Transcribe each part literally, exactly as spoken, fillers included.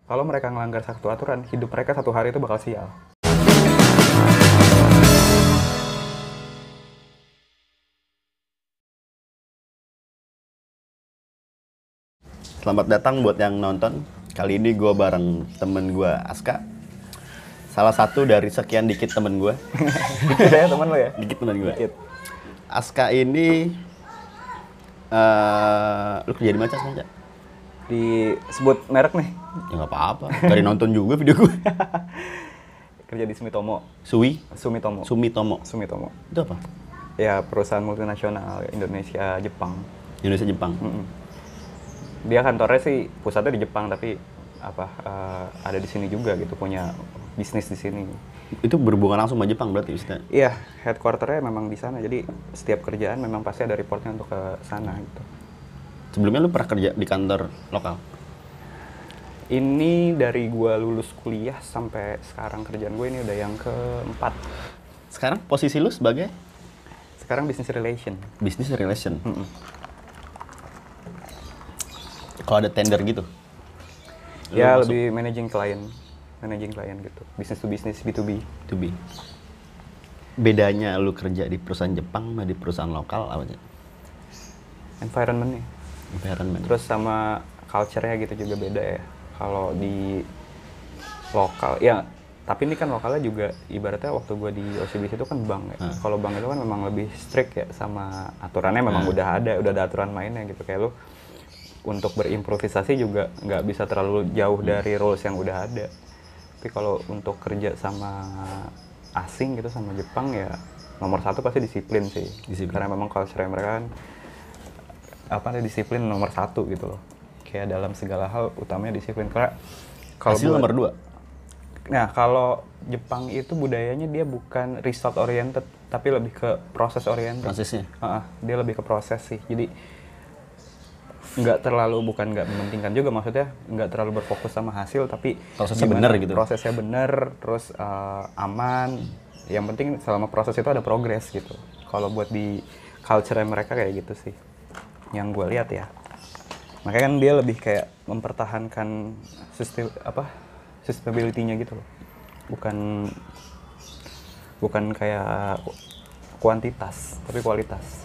kalau mereka ngelanggar satu aturan, hidup mereka satu hari itu bakal sial. Selamat datang buat yang nonton. Kali ini gue bareng temen gue, Aska. Salah satu dari sekian dikit temen gue. Dikit ya temen lo ya? Dikit temen gue. Dikit. Aska ini... Uh, lu kerja di mana, Aska? Disebut merek nih? Ya nggak apa-apa. Dari nonton juga video gue. Kerja di Sumitomo. Sui? Sumitomo. Sumitomo. Sumitomo. Itu apa? Ya perusahaan multinasional Indonesia, Jepang. Indonesia, Jepang. Mm-mm. Dia kantornya sih pusatnya di Jepang tapi apa uh, ada di sini juga gitu, punya bisnis di sini. Itu berhubungan langsung sama Jepang berarti maksudnya? Iya, headquarternya memang di sana. Jadi setiap kerjaan memang pasti ada reportnya untuk ke sana gitu. Sebelumnya lu pernah kerja di kantor lokal? Ini dari gua lulus kuliah sampai sekarang kerjaan gue ini udah yang keempat. Sekarang posisi lu sebagai? Sekarang business relation. Business relation? Mm-mm. Kalau ada tender gitu? Ya lebih managing klien. Managing klien gitu. Business to business, B to B. To B. Bedanya lu kerja di perusahaan Jepang sama di perusahaan lokal apa sih? Environment-nya. Environment. Terus sama culture-nya gitu juga beda ya. Kalau di lokal, ya tapi ini kan lokalnya juga ibaratnya waktu gue di O C B C itu kan bank ya. Hmm. Kalau bank itu kan memang lebih strict ya sama aturannya memang hmm. udah ada, udah ada aturan mainnya gitu. Kayak lu untuk berimprovisasi juga nggak bisa terlalu jauh hmm. dari rules yang udah ada. Tapi kalau untuk kerja sama asing gitu, sama Jepang ya nomor satu pasti disiplin sih. Disiplin. Karena memang culture mereka kan apa disiplin nomor satu gitu loh. Kayak dalam segala hal utamanya disiplin. Karena kalau hasil buat, nomor dua. Nah kalau Jepang itu budayanya dia bukan result oriented tapi lebih ke proses oriented. Prosesnya? Uh-uh, dia lebih ke proses sih. Jadi nggak terlalu, bukan nggak mementingkan juga maksudnya, nggak terlalu berfokus sama hasil tapi prosesnya benar gitu. Prosesnya benar, terus uh, aman. Yang penting selama proses itu ada progres gitu. Kalau buat di culture mereka kayak gitu sih. Yang gue lihat ya. Makanya kan dia lebih kayak mempertahankan sistem apa? Sustainability-nya gitu loh. Bukan bukan kayak kuantitas, tapi kualitas.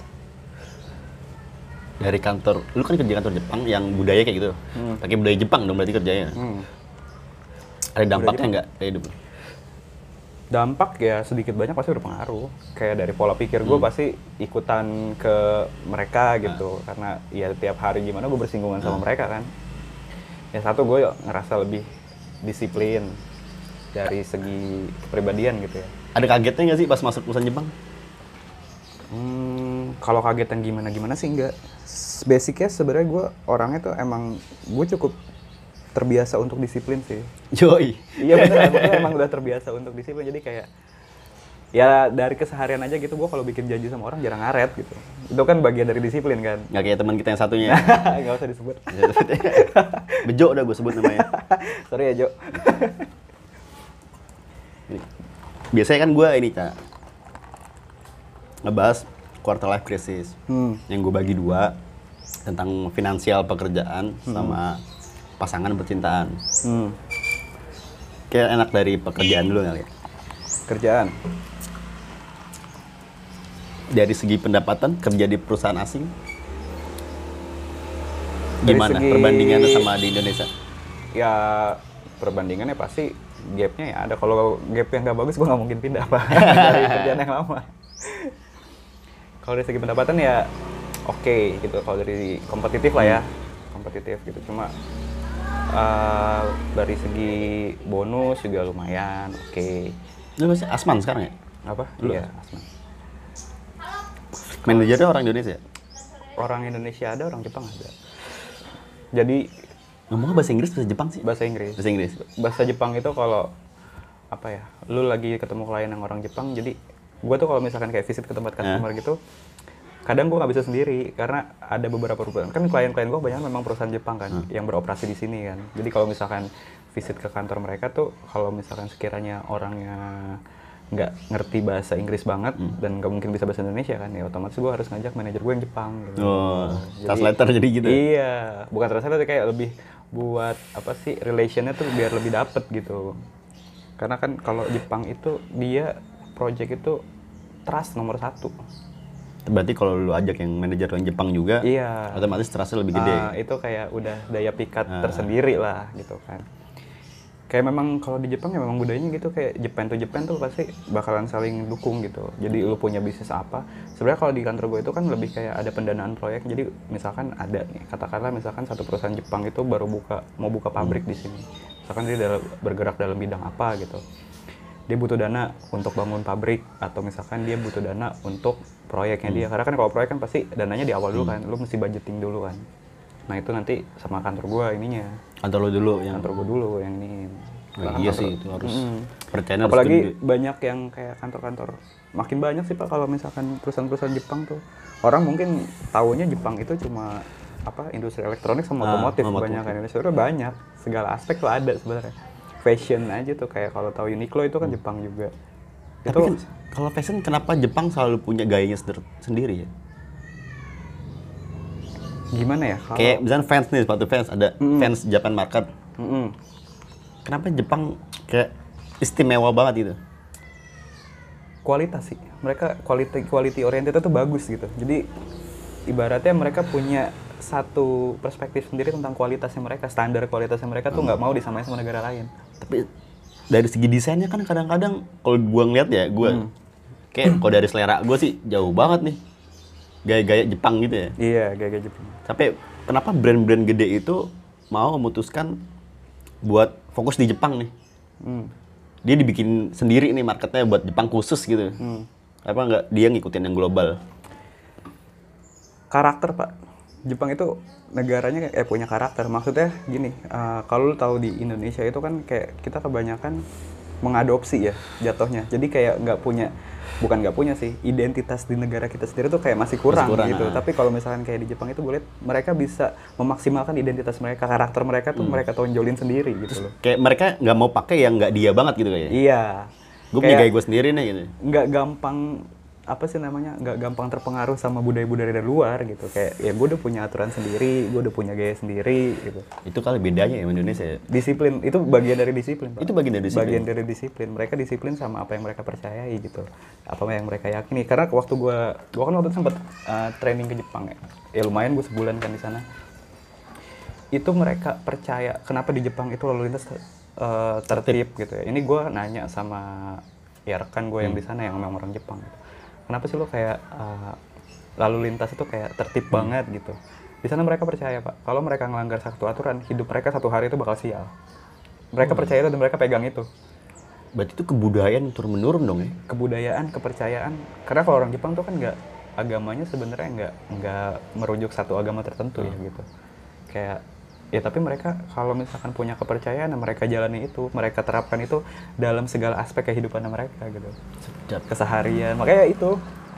Dari kantor, lu kan kerja kantor Jepang yang budaya kayak gitu. Hmm. Pakai budaya Jepang dong berarti kerjanya. Hmm. Ada dampaknya nggak kayak hidup? Dampak ya sedikit banyak pasti berpengaruh. Kayak dari pola pikir gue hmm. pasti ikutan ke mereka gitu. Nah. Karena ya tiap hari gimana gue bersinggungan nah. sama mereka kan. Ya satu gue ngerasa lebih disiplin dari segi kepribadian gitu ya. Ada kagetnya nggak sih pas masuk perusahaan Jepang? Hmm, kalau kaget yang gimana-gimana sih enggak. Basicnya sebenarnya gue orangnya tuh emang gue cukup terbiasa untuk disiplin sih. Joy. Iya bener, emang udah terbiasa untuk disiplin. Jadi kayak ya dari keseharian aja gitu, gue kalau bikin janji sama orang jarang ngaret gitu. Itu kan bagian dari disiplin kan. Nggak kayak teman kita yang satunya. Nggak usah disebut. Bejo udah gue sebut namanya. Sorry ya Jo. Biasanya kan gue ini Cak, ngebahas quarter life crisis hmm. yang gue bagi dua tentang finansial pekerjaan hmm. sama pasangan percintaan. Hmm. Kayak enak dari pekerjaan dulu kali ya. Kerjaan. Dari segi pendapatan kerja di perusahaan asing gimana segi... perbandingannya sama di Indonesia? Ya perbandingannya pasti gapnya ya ada. Kalau gap yang nggak bagus gue nggak mungkin pindah apa dari kerjaan yang lama. Kalau dari segi pendapatan ya oke okay, gitu. Kalau dari kompetitif lah ya, kompetitif gitu. Cuma uh, dari segi bonus juga lumayan oke. Okay. Lu masih Asman sekarang ya? Apa? Lu? Iya Asman. Manajernya orang Indonesia? Orang Indonesia ada, orang Jepang ada. Jadi ngomongnya bahasa Inggris, bahasa Jepang sih? Bahasa Inggris. Bahasa Inggris. Bahasa Jepang itu kalau apa ya? Lu lagi ketemu klien yang orang Jepang, jadi gue tuh kalau misalkan kayak visit ke tempat customer eh. gitu, kadang gue nggak bisa sendiri karena ada beberapa perusahaan. Kan klien-klien gue banyak memang perusahaan Jepang kan hmm. yang beroperasi di sini kan. Jadi kalau misalkan visit ke kantor mereka tuh, kalau misalkan sekiranya orangnya nggak ngerti bahasa Inggris banget hmm. dan nggak mungkin bisa bahasa Indonesia kan, ya otomatis gue harus ngajak manajer gue yang Jepang gitu. Oh, jadi, translator jadi gitu? Iya, bukan translator, kayak lebih buat apa sih, relationnya tuh biar lebih dapet gitu. Karena kan kalau Jepang itu dia project itu trust nomor satu. Berarti kalau lu ajak yang manajer yang Jepang juga, iya, otomatis trustnya lebih gede. Uh, itu kayak udah daya pikat uh. tersendiri lah gitu kan. Kayak memang kalau di Jepang ya memang budayanya gitu, kayak Japan to Japan tuh pasti bakalan saling dukung gitu. Jadi lu punya bisnis apa, sebenarnya kalau di kantor gue itu kan lebih kayak ada pendanaan proyek. Jadi misalkan ada nih, katakanlah misalkan satu perusahaan Jepang itu baru buka mau buka pabrik hmm. di sini. Misalkan dia dalam, bergerak dalam bidang apa gitu. Dia butuh dana untuk bangun pabrik, atau misalkan dia butuh dana untuk proyeknya hmm. dia. Karena kan kalau proyek kan pasti dananya di awal dulu kan, hmm. lu mesti budgeting dulu kan. Nah itu nanti sama kantor gua ininya. Kantor lo dulu yang kantor gua dulu yang ini. Nah, iya kantor, sih itu harus mm, percaya. Apalagi harus banyak yang kayak kantor-kantor, makin banyak sih Pak kalau misalkan perusahaan-perusahaan Jepang tuh. Orang mungkin taunya Jepang itu cuma apa, industri elektronik sama ah, otomotif banyak kan. Indonesia banyak, segala aspek tuh ada sebenarnya. Fashion aja tuh kayak kalau tahu Uniqlo itu kan hmm. Jepang juga. Tapi itu, kan, kalau fashion kenapa Jepang selalu punya gayanya sendiri ya? Gimana ya? Kalo... Kayak misalnya fans nih, sepatu fans, ada mm-hmm. fans Japan market. Mm-hmm. Kenapa Jepang kayak istimewa banget gitu? Kualitas sih. Mereka quality quality oriented itu bagus gitu. Jadi ibaratnya mereka punya satu perspektif sendiri tentang kualitasnya mereka, standar kualitasnya mereka tuh nggak hmm. mau disamain sama negara lain. Tapi dari segi desainnya kan kadang-kadang kalau gua ngeliat ya, gua hmm. kayak kalau dari selera gua sih jauh banget nih. Gaya-gaya Jepang gitu ya? Iya, gaya-gaya Jepang. Tapi kenapa brand-brand gede itu mau memutuskan buat fokus di Jepang nih? Hmm. Dia dibikin sendiri nih marketnya buat Jepang khusus gitu. Hmm. Apa nggak dia ngikutin yang global? Karakter Pak. Jepang itu negaranya kayak eh, punya karakter. Maksudnya gini, uh, kalau lu tahu di Indonesia itu kan kayak kita kebanyakan mengadopsi ya jatuhnya. Jadi kayak nggak punya, bukan nggak punya sih, identitas di negara kita sendiri tuh kayak masih kurang, masih kurang gitu. Nah. Tapi kalau misalkan kayak di Jepang itu gue lihat mereka bisa memaksimalkan identitas mereka, karakter mereka tuh hmm. mereka tonjolin sendiri gitu loh. Kayak mereka nggak mau pakai yang nggak dia banget gitu kayaknya. Iya. Gue punya gaya gue sendiri nih gitu. Nggak gampang, apa sih namanya, nggak gampang terpengaruh sama budaya-budaya dari luar gitu. Kayak ya gue udah punya aturan sendiri, gue udah punya gaya sendiri gitu. Itu kali bedanya ya Indonesia ya? Disiplin, itu bagian dari disiplin Pak. Itu bagian dari disiplin? Bagian dari disiplin, mereka disiplin sama apa yang mereka percayai gitu. Apa yang mereka yakini. Karena waktu gue, gue kan waktu itu sempat uh, training ke Jepang ya. Ya lumayan gue sebulan kan di sana. Itu mereka percaya, kenapa di Jepang itu lalu lintas uh, tertib gitu ya. Ini gue nanya sama ya rekan gue yang hmm. di sana yang memang orang Jepang gitu. Kenapa sih lo kayak uh, lalu lintas itu kayak tertib hmm. banget gitu? Di sana mereka percaya Pak, kalau mereka ngelanggar satu aturan, hidup mereka satu hari itu bakal sial. Mereka oh. percaya itu dan mereka pegang itu. Berarti itu kebudayaan turun menurun dong ya? Kebudayaan, kepercayaan. Karena kalau orang Jepang tuh kan nggak, agamanya sebenarnya nggak nggak merujuk satu agama tertentu hmm. ya gitu. Kayak ya tapi mereka kalau misalkan punya kepercayaan, mereka jalani itu, mereka terapkan itu dalam segala aspek kehidupan mereka gitu. Sejak keseharian. Makanya itu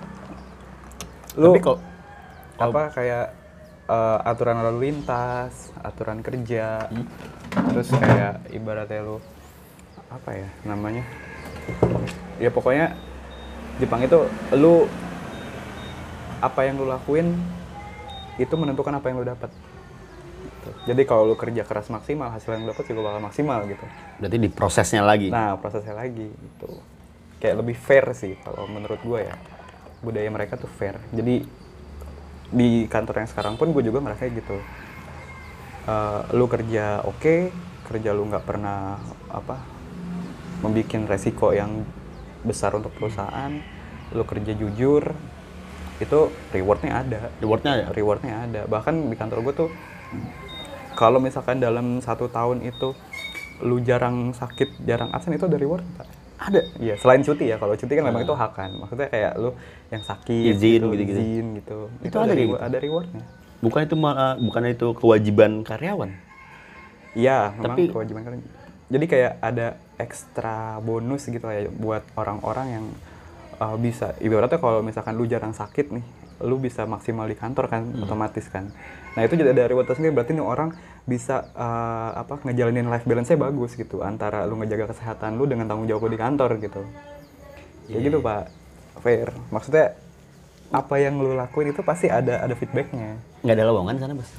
lu kok apa kayak uh, aturan lalu lintas, aturan kerja, hmm? terus kayak ibaratnya lu apa ya namanya? Ya pokoknya Jepang itu lu apa yang lu lakuin itu menentukan apa yang lu dapat. Jadi kalau lu kerja keras maksimal, hasil yang lu dapat juga bakal maksimal gitu. Berarti di prosesnya lagi? Nah, prosesnya lagi gitu. Kayak lebih fair sih kalau menurut gue ya. Budaya mereka tuh fair. Jadi di kantor yang sekarang pun gue juga merasa gitu. Uh, lu kerja oke, okay, kerja lu nggak pernah apa membikin resiko yang besar untuk perusahaan, lu kerja jujur, itu rewardnya ada. Rewardnya ada? Rewardnya ada. Bahkan di kantor gue tuh kalau misalkan dalam satu tahun itu lu jarang sakit, jarang absen, itu ada reward Pak. Ada? Iya, selain cuti ya. Kalau cuti kan memang uh. itu hak kan. Maksudnya kayak lu yang sakit, izin gitu, gitu-gitu. Izin gitu. Itu, itu ada ada, gitu? Ada rewardnya. Bukan itu malah, bukan itu kewajiban karyawan? Iya, memang tapi kewajiban karyawan. Jadi kayak ada ekstra bonus gitu ya buat orang-orang yang uh, bisa. Ibaratnya kalau misalkan lu jarang sakit nih, lu bisa maksimal di kantor kan, hmm. otomatis kan. Nah itu juga dari reward sendiri, berarti nih orang bisa uh, apa ngejalanin life balance-nya bagus gitu, antara lu ngejaga kesehatan lu dengan tanggung jawab lu di kantor gitu. Kayak gitu Pak, fair. Maksudnya apa yang lu lakuin itu pasti ada ada feedbacknya. Nggak ada lowongan sana bos.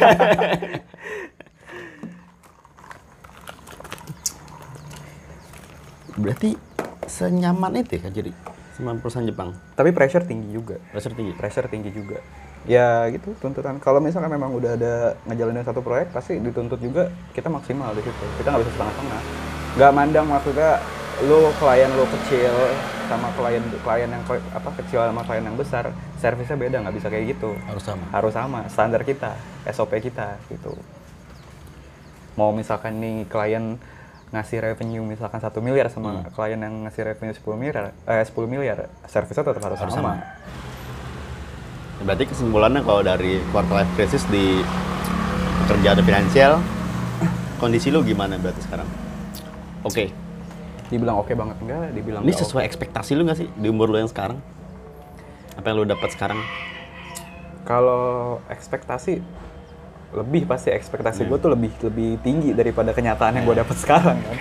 Berarti senyaman itu ya Kak jadi sama perusahaan Jepang? Tapi pressure tinggi juga. Pressure tinggi? Pressure tinggi juga. Ya gitu tuntutan. Kalau misalkan memang udah ada ngejalanin satu proyek, pasti dituntut juga kita maksimal di situ. Kita nggak bisa setengah-setengah. Nggak mandang maksudnya lu klien lu kecil sama klien klien yang apa kecil sama klien yang besar, servisnya beda, nggak bisa kayak gitu. Harus sama. Harus sama, standar kita, S O P kita gitu. Mau misalkan nih klien ngasih revenue misalkan satu miliar sama hmm. klien yang ngasih revenue sepuluh miliar, eh sepuluh miliar, servisnya tetap harus, harus sama. sama. Berarti kesimpulannya kalau dari quarter life crisis di pekerjaan finansial, kondisi lu gimana berarti sekarang? Oke. Okay. Dibilang oke okay banget enggak, dibilang ini sesuai okay. ekspektasi lu nggak sih di umur lu yang sekarang? Apa yang lu dapat sekarang? Kalau ekspektasi lebih pasti ekspektasi hmm. gue tuh lebih lebih tinggi daripada kenyataan yang gue dapat sekarang kan.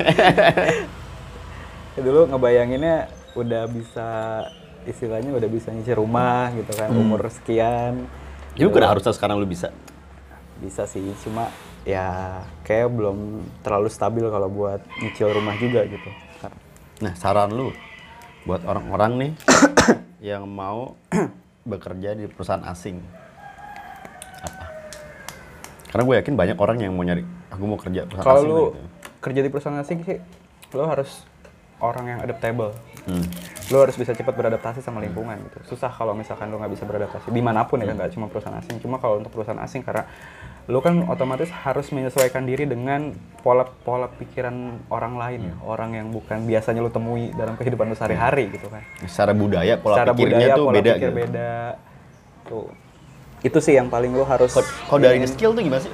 Dulu ngebayanginnya udah bisa istilahnya udah bisa nyicil rumah gitu kan, hmm. umur sekian. Juga udah harusnya sekarang lu bisa. Bisa sih, cuma ya kayak belum terlalu stabil kalau buat nyicil rumah juga gitu. Nah, saran lu buat orang-orang nih yang mau bekerja di perusahaan asing apa? Karena gue yakin banyak orang yang mau nyari, aku mau kerja perusahaan kalo asing. Kalau lu gitu. kerja di perusahaan asing sih, lu harus orang yang adaptable. Hmm. Lu harus bisa cepat beradaptasi sama lingkungan gitu. Susah kalau misalkan lu nggak bisa beradaptasi dimanapun ya, nggak hmm. cuma perusahaan asing. Cuma kalau untuk perusahaan asing karena lu kan otomatis harus menyesuaikan diri dengan pola-pola pikiran orang lain ya, orang yang bukan biasanya lu temui dalam kehidupan lu sehari-hari gitu kan. Secara budaya, pola Secara pikirnya budaya, tuh pola beda pikir gitu. beda. Tuh. Itu sih yang paling lu harus. Kalau dari skill tuh gimana sih?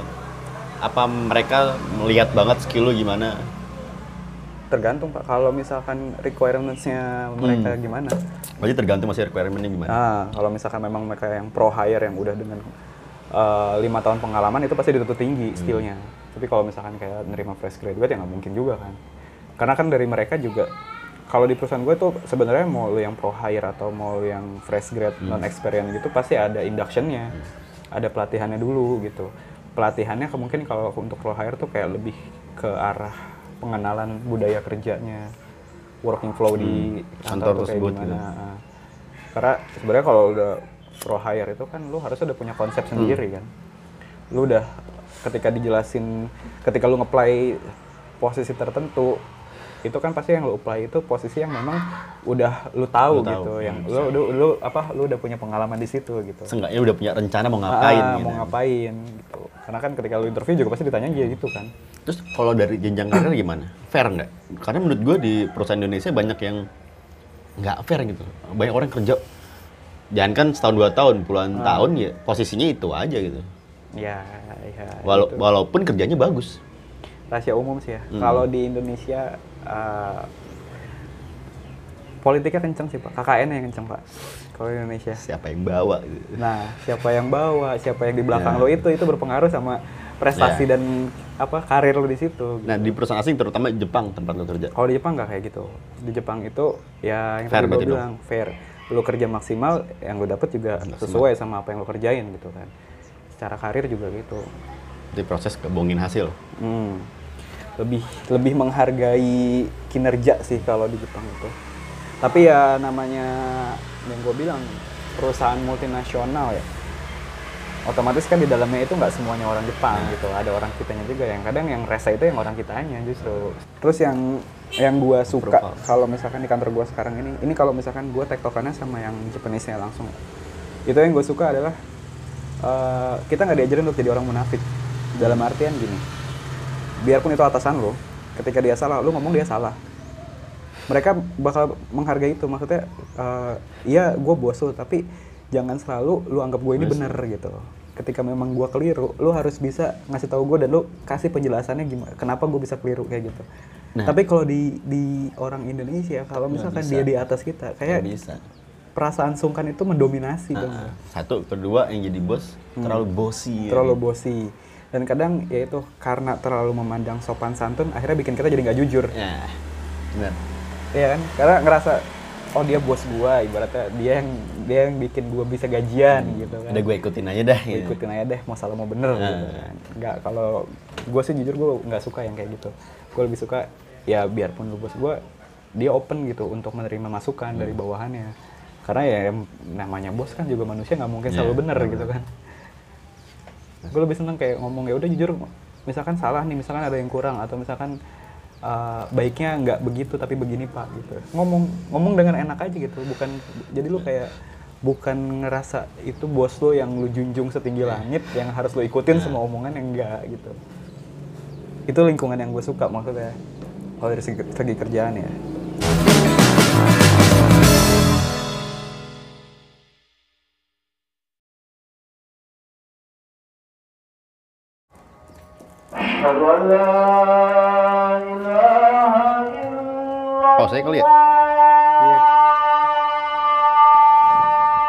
Apa mereka melihat banget skill lu gimana? Tergantung Pak, kalau misalkan requirements-nya mereka hmm. gimana. Berarti tergantung masih requirement-nya gimana? Nah, kalau misalkan memang mereka yang pro hire yang udah dengan lima uh, tahun pengalaman itu pasti dituntut tinggi hmm. skill-nya. Tapi kalau misalkan kayak nerima fresh graduate ya nggak mungkin juga kan. Karena kan dari mereka juga, kalau di perusahaan gue tuh sebenarnya mau lu yang pro hire atau mau lu yang fresh grad hmm. non experience gitu pasti ada induction-nya, hmm. ada pelatihannya dulu gitu. Pelatihannya mungkin kalau untuk pro hire tuh kayak lebih ke arah pengenalan budaya kerjanya, working flow hmm. di kantor, kantor tuh kayak gimana. Gitu. Karena sebenarnya kalau udah pro hire itu kan lu harusnya udah punya konsep sendiri hmm. kan. Lu udah ketika dijelasin, ketika lu nge-apply posisi tertentu, itu kan pasti yang lu apply itu posisi yang memang udah lu tahu lu gitu, tahu. yang hmm. lu, lu lu apa lu udah punya pengalaman di situ gitu. Seenggaknya udah punya rencana mau ngapain ah, gitu. Mau ngapain gitu. Karena kan ketika lu interview juga pasti ditanya gitu kan. Terus kalau dari jenjang karir gimana? Fair nggak? Karena menurut gue di perusahaan Indonesia banyak yang nggak fair gitu. Banyak orang kerja jangan kan setahun dua tahun, puluhan hmm. tahun ya posisinya itu aja gitu. Ya, ya. Wala- gitu. Walaupun kerjanya bagus. Rahasia umum sih ya. Hmm. Kalau di Indonesia uh, politiknya kenceng sih Pak. K K N yang kenceng Pak. Kalau di Indonesia. Siapa yang bawa? Gitu. Nah, siapa yang bawa, siapa yang di belakang ya. lo itu itu berpengaruh sama prestasi ya. Dan apa karir lo di situ. Gitu. Nah di perusahaan asing terutama Jepang tempat lo kerja. Kalau di Jepang nggak kayak gitu. Di Jepang itu ya yang tadi gue bilang dong. Fair. Lo kerja maksimal, yang lo dapet juga maksimal. Sesuai sama apa yang lo kerjain gitu kan. Secara karir juga gitu. Jadi proses kebongin hasil. Hmm. Lebih lebih menghargai kinerja sih kalau di Jepang itu. Tapi ya namanya yang gue bilang perusahaan multinasional ya. Otomatis kan di dalamnya itu nggak semuanya orang Jepang nah. gitu. Ada orang kitanya juga yang kadang yang rese itu yang orang kitanya justru. Terus yang yang gue suka kalau misalkan di kantor gue sekarang ini, ini kalau misalkan gue tektokannya sama yang Japanese-nya langsung. Itu yang gue suka adalah uh, kita nggak diajarin untuk jadi orang munafik. Dalam artian gini, biarpun itu atasan lo, ketika dia salah, lo ngomong dia salah. Mereka bakal menghargai itu, maksudnya, uh, iya gue bos lo, tapi jangan selalu lu anggap gue ini benar gitu. Ketika memang gue keliru, lu harus bisa ngasih tahu gue dan lu kasih penjelasannya gimana, kenapa gue bisa keliru kayak gitu. Nah, tapi kalau di di orang Indonesia, kalau misalkan dia di atas kita, kayak bisa. Perasaan sungkan itu mendominasi. Nah, satu, kedua yang jadi bos hmm. terlalu bosi. Terlalu ya. bosi. Dan kadang ya itu karena terlalu memandang sopan santun, akhirnya bikin kita jadi nggak jujur. Ya, benar. Iya kan, karena ngerasa oh dia bos gua, ibaratnya dia yang dia yang bikin gua bisa gajian hmm. gitu kan. Udah gue ikutin aja dah. Gue gitu. ikutin aja deh, mau salah mau bener. Nah. Gitu kan. Nggak, kalau gua sih jujur gua nggak suka yang kayak gitu. Gua lebih suka ya biarpun lu bos gua, dia open gitu untuk menerima masukan hmm. dari bawahannya. Karena ya namanya bos kan juga manusia, nggak mungkin selalu yeah, bener yeah. gitu kan. Gue lebih seneng kayak ngomong ya udah jujur, misalkan salah nih, misalkan ada yang kurang atau misalkan Uh, baiknya nggak begitu tapi begini pak gitu, ngomong ngomong dengan enak aja gitu, bukan jadi lu kayak bukan ngerasa itu bos lo yang lu junjung setinggi langit yang harus lo ikutin semua omongan, yang enggak gitu. Itu lingkungan yang gue suka maksudnya kalau dari segi, segi kerjaan ya. Oh, saya kali ya?